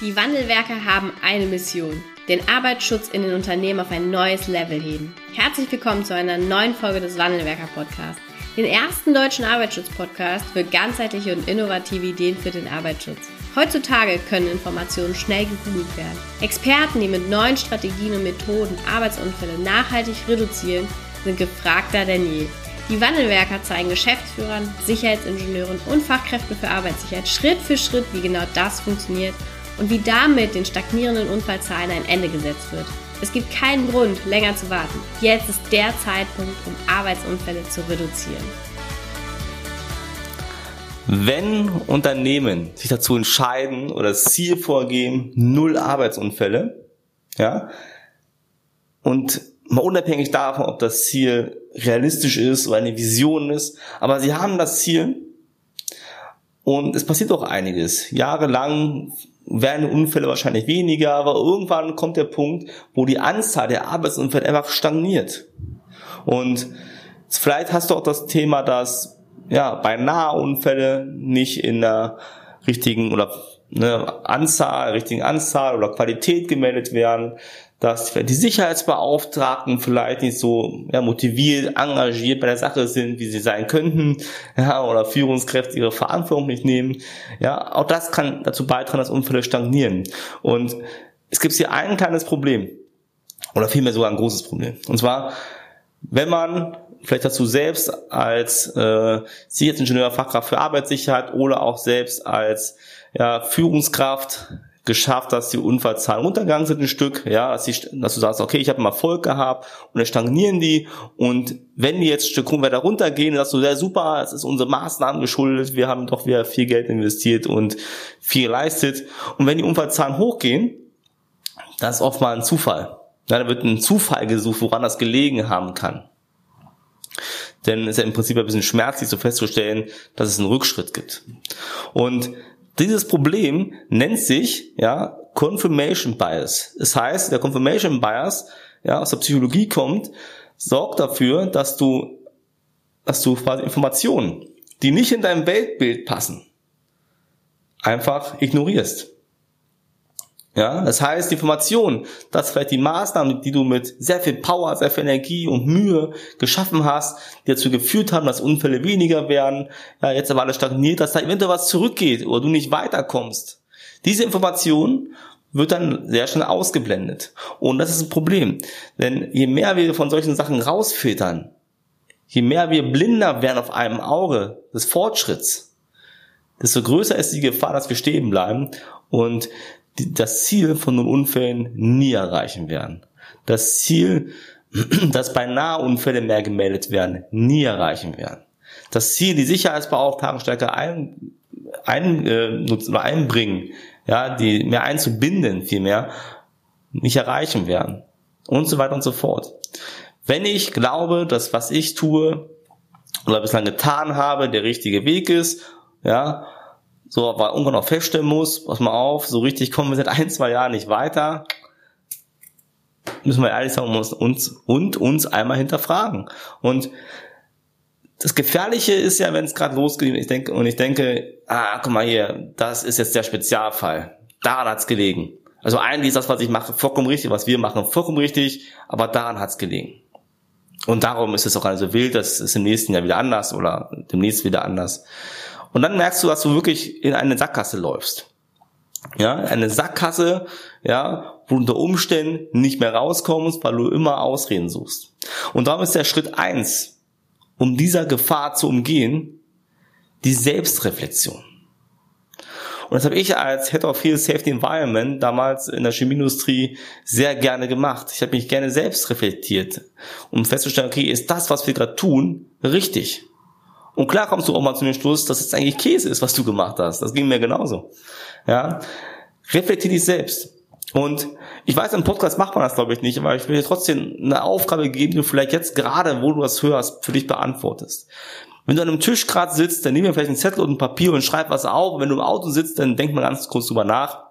Die Wandelwerker haben eine Mission: den Arbeitsschutz in den Unternehmen auf ein neues Level heben. Herzlich willkommen zu einer neuen Folge des Wandelwerker-Podcasts, den ersten deutschen Arbeitsschutz-Podcast für ganzheitliche und innovative Ideen für den Arbeitsschutz. Heutzutage können Informationen schnell gegoogelt werden. Experten, die mit neuen Strategien und Methoden Arbeitsunfälle nachhaltig reduzieren, sind gefragter denn je. Die Wandelwerker zeigen Geschäftsführern, Sicherheitsingenieuren und Fachkräften für Arbeitssicherheit Schritt für Schritt, wie genau das funktioniert und wie damit den stagnierenden Unfallzahlen ein Ende gesetzt wird. Es gibt keinen Grund, länger zu warten. Jetzt ist der Zeitpunkt, um Arbeitsunfälle zu reduzieren. Wenn Unternehmen sich dazu entscheiden oder das Ziel vorgeben, 0 Arbeitsunfälle, ja, und mal unabhängig davon, ob das Ziel realistisch ist oder eine Vision ist, aber sie haben das Ziel und es passiert auch einiges. Jahrelang werden Unfälle wahrscheinlich weniger, aber irgendwann kommt der Punkt, wo die Anzahl der Arbeitsunfälle einfach stagniert. Und vielleicht hast du auch das Thema, dass beinahe Unfälle nicht in der richtigen oder richtigen Anzahl oder Qualität gemeldet werden, dass die Sicherheitsbeauftragten vielleicht nicht so motiviert, engagiert bei der Sache sind, wie sie sein könnten, oder Führungskräfte ihre Verantwortung nicht nehmen. Ja, auch das kann dazu beitragen, dass Unfälle stagnieren. Und es gibt hier ein kleines Problem, oder vielmehr sogar ein großes Problem. Und zwar, wenn man vielleicht dazu selbst als Sicherheitsingenieur, Fachkraft für Arbeitssicherheit oder auch selbst als Führungskraft geschafft, dass die Unfallzahlen runtergegangen sind ein Stück, dass du sagst, okay, ich habe einen Erfolg gehabt und dann stagnieren die und wenn die jetzt ein Stück weiter runtergehen, dann sagst du, ja super, es ist unsere Maßnahmen geschuldet, wir haben doch wieder viel Geld investiert und viel geleistet und wenn die Unfallzahlen hochgehen, das ist oft mal ein Zufall. Da wird ein Zufall gesucht, woran das gelegen haben kann. Denn es ist ja im Prinzip ein bisschen schmerzlich so festzustellen, dass es einen Rückschritt gibt. Und dieses Problem nennt sich Confirmation Bias. Das heißt, der Confirmation Bias, aus der Psychologie kommt, sorgt dafür, dass du quasi Informationen, die nicht in dein Weltbild passen, einfach ignorierst. Ja, das heißt, die Information, dass vielleicht die Maßnahmen, die du mit sehr viel Power, sehr viel Energie und Mühe geschaffen hast, die dazu geführt haben, dass Unfälle weniger werden, jetzt aber alles stagniert, dass da eventuell was zurückgeht oder du nicht weiterkommst. Diese Information wird dann sehr schnell ausgeblendet. Und das ist ein Problem. Denn je mehr wir von solchen Sachen rausfiltern, je mehr wir blinder werden auf einem Auge des Fortschritts, desto größer ist die Gefahr, dass wir stehen bleiben und das Ziel von 0 Unfällen nie erreichen werden. Das Ziel, dass beinahe Unfälle mehr gemeldet werden, nie erreichen werden. Das Ziel, die Sicherheitsbeauftragten stärker einbringen, die mehr einzubinden, vielmehr, nicht erreichen werden. Und so weiter und so fort. Wenn ich glaube, dass was ich tue oder bislang getan habe, der richtige Weg ist, so, aber irgendwann auch feststellen muss, pass mal auf, so richtig kommen wir seit 1-2 Jahren nicht weiter, müssen wir ehrlich sagen, uns einmal hinterfragen. Und das Gefährliche ist ja, wenn es gerade losgeht, ich denke, guck mal hier, das ist jetzt der Spezialfall. Daran hat's gelegen. Also eigentlich ist das, was ich mache, vollkommen richtig, was wir machen, vollkommen richtig, aber daran hat's gelegen. Und darum ist es auch gar nicht so wild, das ist im nächsten Jahr wieder anders oder demnächst wieder anders. Und dann merkst du, dass du wirklich in eine Sackgasse läufst. Eine Sackgasse, wo du unter Umständen nicht mehr rauskommst, weil du immer Ausreden suchst. Und darum ist der Schritt 1, um dieser Gefahr zu umgehen, die Selbstreflexion. Und das habe ich als Head of Field Safety Environment damals in der Chemieindustrie sehr gerne gemacht. Ich habe mich gerne selbst reflektiert, um festzustellen, okay, ist das, was wir gerade tun, richtig? Und klar kommst du auch mal zu dem Schluss, dass es eigentlich Käse ist, was du gemacht hast. Das ging mir genauso. Reflektier dich selbst. Und ich weiß, im Podcast macht man das, glaube ich, nicht, aber ich will dir trotzdem eine Aufgabe geben, die du vielleicht jetzt gerade, wo du das hörst, für dich beantwortest. Wenn du an einem Tisch gerade sitzt, dann nimm dir vielleicht einen Zettel und ein Papier und schreib was auf. Wenn du im Auto sitzt, dann denk mal ganz kurz drüber nach.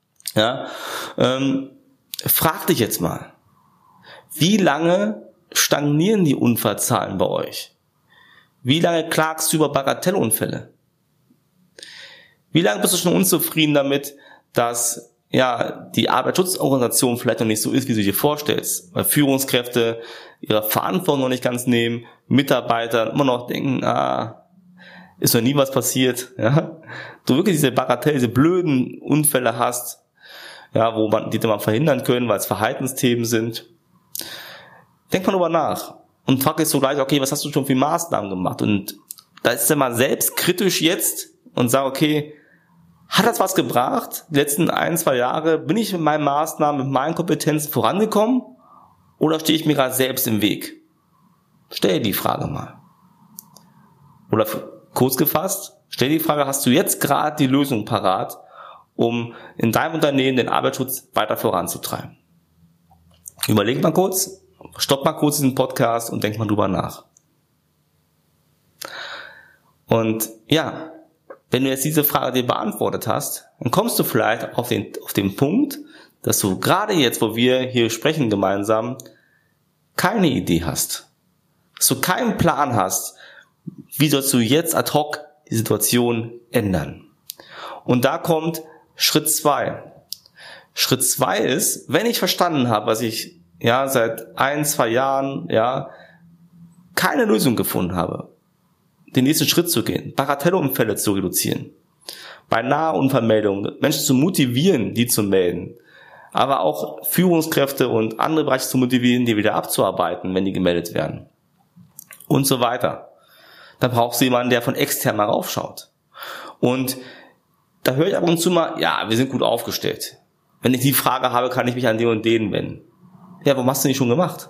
Frag dich jetzt mal, wie lange stagnieren die Unfallzahlen bei euch? Wie lange klagst du über Bagatellunfälle? Wie lange bist du schon unzufrieden damit, dass die Arbeitsschutzorganisation vielleicht noch nicht so ist, wie du dir vorstellst, weil Führungskräfte ihre Verantwortung noch nicht ganz nehmen, Mitarbeiter immer noch denken, ist noch nie was passiert, ja, du wirklich diese Bagatelle, diese blöden Unfälle hast, ja, die man verhindern können, weil es Verhaltensthemen sind. Denk mal drüber nach und frag dich so gleich, okay, was hast du schon für Maßnahmen gemacht? Und da ist er mal selbstkritisch jetzt und sag, okay, hat das was gebracht? Die letzten 1-2 Jahre, bin ich mit meinen Maßnahmen, mit meinen Kompetenzen vorangekommen? Oder stehe ich mir gerade selbst im Weg? Stell dir die Frage mal. Oder kurz gefasst, stell dir die Frage, hast du jetzt gerade die Lösung parat, um in deinem Unternehmen den Arbeitsschutz weiter voranzutreiben? Überleg mal kurz, stopp mal kurz diesen Podcast und denk mal drüber nach. Und ja, wenn du jetzt diese Frage dir beantwortet hast, dann kommst du vielleicht auf den Punkt, dass du gerade jetzt, wo wir hier sprechen gemeinsam, keine Idee hast. Dass du keinen Plan hast, wie sollst du jetzt ad hoc die Situation ändern. Und da kommt Schritt 2. Schritt 2 ist, wenn ich verstanden habe, was ich seit 1-2 Jahren keine Lösung gefunden habe, den nächsten Schritt zu gehen, Bagatellenunfälle zu reduzieren, bei Nahunfallmeldungen Menschen zu motivieren, die zu melden, aber auch Führungskräfte und andere Bereiche zu motivieren, die wieder abzuarbeiten, wenn die gemeldet werden und so weiter. Dann brauchst du jemanden, der von extern mal raufschaut. Und da höre ich ab und zu mal, wir sind gut aufgestellt. Wenn ich die Frage habe, kann ich mich an den und den wenden. Ja, warum hast du nicht schon gemacht?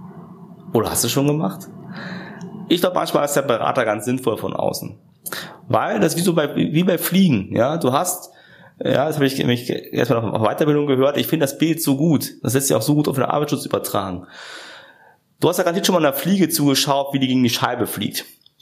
Oder hast du schon gemacht? Ich glaube, manchmal ist der Berater ganz sinnvoll von außen. Weil das wie bei Fliegen. Ja, du hast, das habe ich nämlich erstmal auf Weiterbildung gehört, ich finde das Bild so gut. Das lässt sich auch so gut auf den Arbeitsschutz übertragen. Du hast ja garantiert schon mal einer Fliege zugeschaut, wie die gegen die Scheibe fliegt.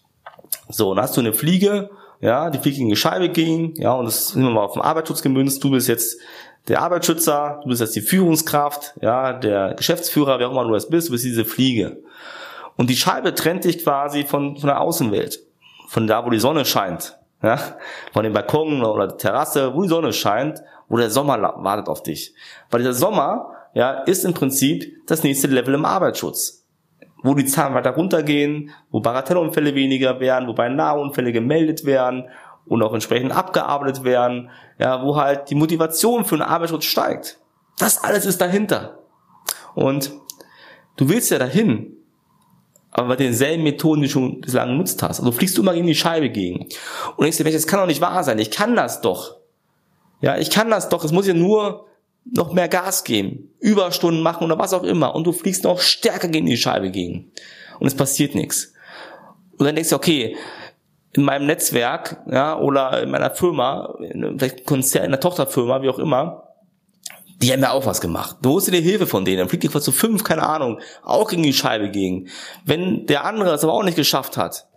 So, dann hast du eine Fliege, die fliegt gegen die Scheibe und das nehmen wir mal auf den Arbeitsschutz gemünzt. Du bist jetzt der Arbeitsschützer, du bist jetzt die Führungskraft, der Geschäftsführer, wer auch immer du das bist, du bist diese Fliege. Und die Scheibe trennt dich quasi von der Außenwelt. Von da, wo die Sonne scheint. Von dem Balkon oder der Terrasse, wo die Sonne scheint, wo der Sommer wartet auf dich. Weil dieser Sommer, ist im Prinzip das nächste Level im Arbeitsschutz. Wo die Zahlen weiter runtergehen, wo Bagatellenunfälle weniger werden, wobei Nahunfälle gemeldet werden und auch entsprechend abgearbeitet werden, wo halt die Motivation für den Arbeitsschutz steigt. Das alles ist dahinter. Und du willst ja dahin, aber bei denselben Methoden, die du schon bislang genutzt hast. Also fliegst du immer gegen die Scheibe gegen. Und denkst dir, das kann doch nicht wahr sein. Ich kann das doch. Ich kann das doch. Es muss ja nur noch mehr Gas geben. Überstunden machen oder was auch immer. Und du fliegst noch stärker gegen die Scheibe gegen. Und es passiert nichts. Und dann denkst du, okay, in meinem Netzwerk, oder in meiner Firma, vielleicht Konzern, in einer Tochterfirma, wie auch immer, die haben ja auch was gemacht. Du holst dir Hilfe von denen, dann fliegt die zu 5, keine Ahnung, auch gegen die Scheibe gegen. Wenn der andere es aber auch nicht geschafft hat,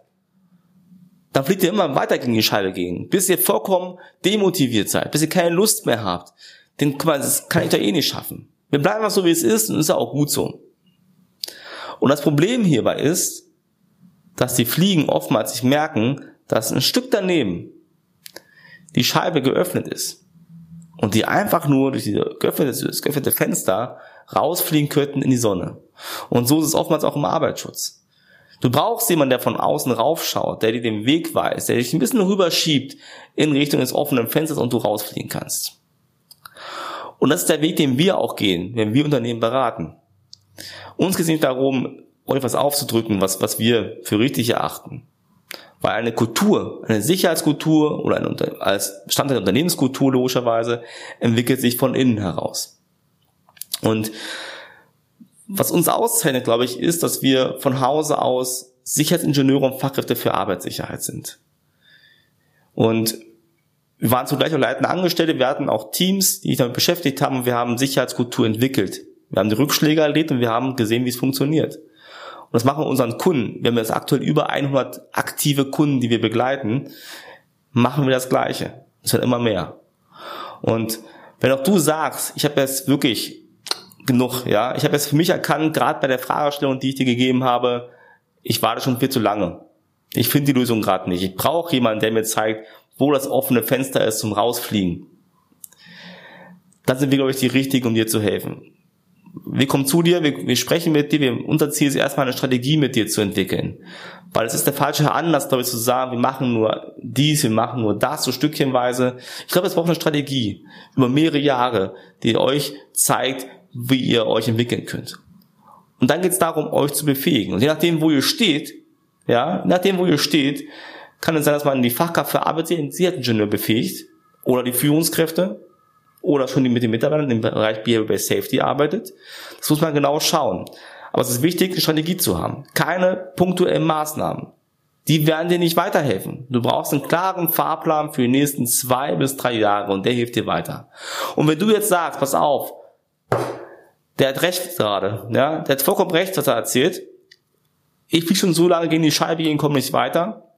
dann fliegt ihr immer weiter gegen die Scheibe gegen, bis ihr vollkommen demotiviert seid, bis ihr keine Lust mehr habt. Denn guck mal, das kann ich doch eh nicht schaffen. Wir bleiben einfach so, wie es ist, und ist ja auch gut so. Und das Problem hierbei ist, dass die Fliegen oftmals sich merken, dass ein Stück daneben die Scheibe geöffnet ist. Und die einfach nur durch das geöffnete Fenster rausfliegen könnten in die Sonne. Und so ist es oftmals auch im Arbeitsschutz. Du brauchst jemanden, der von außen raufschaut, der dir den Weg weist, der dich ein bisschen rüberschiebt in Richtung des offenen Fensters und du rausfliegen kannst. Und das ist der Weg, den wir auch gehen, wenn wir Unternehmen beraten. Uns geht es nicht darum, euch was aufzudrücken, was wir für richtig erachten. Weil eine Kultur, eine Sicherheitskultur oder als Bestandteil der Unternehmenskultur logischerweise entwickelt sich von innen heraus. Und was uns auszeichnet, glaube ich, ist, dass wir von Hause aus Sicherheitsingenieure und Fachkräfte für Arbeitssicherheit sind. Und wir waren zugleich auch leitende Angestellte, wir hatten auch Teams, die sich damit beschäftigt haben, und wir haben Sicherheitskultur entwickelt. Wir haben die Rückschläge erlebt und wir haben gesehen, wie es funktioniert. Und das machen wir unseren Kunden. Wir haben jetzt aktuell über 100 aktive Kunden, die wir begleiten. Machen wir das Gleiche. Es wird immer mehr. Und wenn auch du sagst, ich habe jetzt wirklich genug, ich habe jetzt für mich erkannt, gerade bei der Fragestellung, die ich dir gegeben habe, ich warte schon viel zu lange. Ich finde die Lösung gerade nicht. Ich brauche jemanden, der mir zeigt, wo das offene Fenster ist zum Rausfliegen. dann sind wir, glaube ich, die Richtigen, um dir zu helfen. Wir kommen zu dir, wir sprechen mit dir, unser Ziel ist erstmal eine Strategie mit dir zu entwickeln. Weil es ist der falsche Anlass, glaube ich, zu sagen, wir machen nur dies, wir machen nur das, so stückchenweise. Ich glaube, es braucht eine Strategie über mehrere Jahre, die euch zeigt, wie ihr euch entwickeln könnt. Und dann geht es darum, euch zu befähigen. Und je nachdem, wo ihr steht, kann es sein, dass man die Fachkraft für Arbeitssicherheitsingenieur befähigt oder die Führungskräfte oder schon die mit den Mitarbeitern im Bereich Behavior-Based Safety arbeitet. Das muss man genau schauen. Aber es ist wichtig, eine Strategie zu haben. Keine punktuellen Maßnahmen. Die werden dir nicht weiterhelfen. Du brauchst einen klaren Fahrplan für die nächsten 2 bis 3 Jahre und der hilft dir weiter. Und wenn du jetzt sagst, pass auf, der hat recht gerade, ja, der hat vollkommen recht, was er erzählt. Ich fliege schon so lange gegen die Scheibe, ich komme nicht weiter.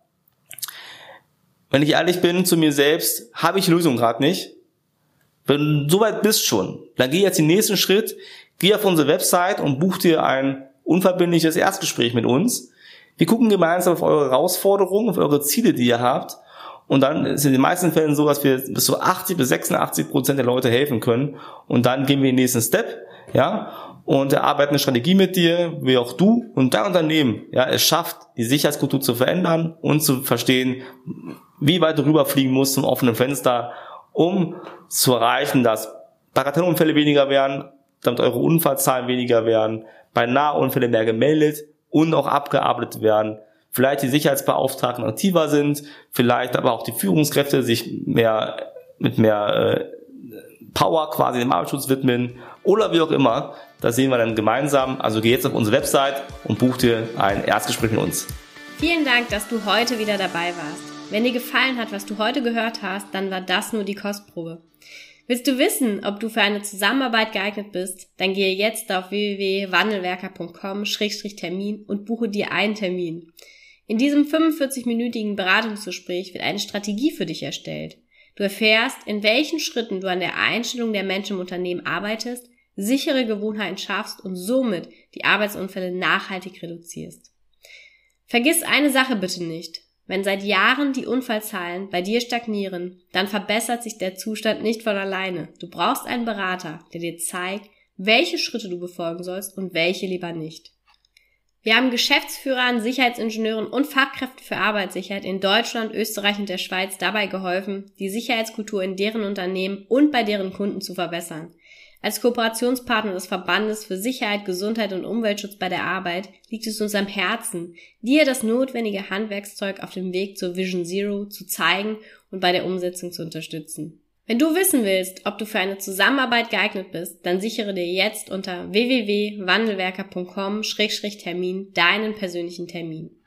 Wenn ich ehrlich bin zu mir selbst, habe ich die Lösung gerade nicht. Wenn du soweit bist schon, dann geh jetzt den nächsten Schritt, geh auf unsere Website und buch dir ein unverbindliches Erstgespräch mit uns. Wir gucken gemeinsam auf eure Herausforderungen, auf eure Ziele, die ihr habt. Und dann ist es in den meisten Fällen so, dass wir bis zu 80 bis 86% der Leute helfen können. Und dann gehen wir in den nächsten Step, ja, und erarbeiten eine Strategie mit dir, wie auch du und dein Unternehmen, ja, es schafft, die Sicherheitskultur zu verändern und zu verstehen, wie weit du rüberfliegen musst zum offenen Fenster, um zu erreichen, dass Bagatellunfälle weniger werden, damit eure Unfallzahlen weniger werden, bei Nahunfällen mehr gemeldet und auch abgearbeitet werden, vielleicht die Sicherheitsbeauftragten aktiver sind, vielleicht aber auch die Führungskräfte sich mit mehr Power quasi dem Arbeitsschutz widmen oder wie auch immer. Das sehen wir dann gemeinsam. Also geh jetzt auf unsere Website und buch dir ein Erstgespräch mit uns. Vielen Dank, dass du heute wieder dabei warst. Wenn dir gefallen hat, was du heute gehört hast, dann war das nur die Kostprobe. Willst du wissen, ob du für eine Zusammenarbeit geeignet bist? Dann gehe jetzt auf www.wandelwerker.com/Termin und buche dir einen Termin. In diesem 45-minütigen Beratungsgespräch wird eine Strategie für dich erstellt. Du erfährst, in welchen Schritten du an der Einstellung der Menschen im Unternehmen arbeitest, sichere Gewohnheiten schaffst und somit die Arbeitsunfälle nachhaltig reduzierst. Vergiss eine Sache bitte nicht. Wenn seit Jahren die Unfallzahlen bei dir stagnieren, dann verbessert sich der Zustand nicht von alleine. Du brauchst einen Berater, der dir zeigt, welche Schritte du befolgen sollst und welche lieber nicht. Wir haben Geschäftsführern, Sicherheitsingenieuren und Fachkräften für Arbeitssicherheit in Deutschland, Österreich und der Schweiz dabei geholfen, die Sicherheitskultur in deren Unternehmen und bei deren Kunden zu verbessern. Als Kooperationspartner des Verbandes für Sicherheit, Gesundheit und Umweltschutz bei der Arbeit liegt es uns am Herzen, dir das notwendige Handwerkszeug auf dem Weg zur Vision Zero zu zeigen und bei der Umsetzung zu unterstützen. Wenn du wissen willst, ob du für eine Zusammenarbeit geeignet bist, dann sichere dir jetzt unter www.wandelwerker.com/Termin deinen persönlichen Termin.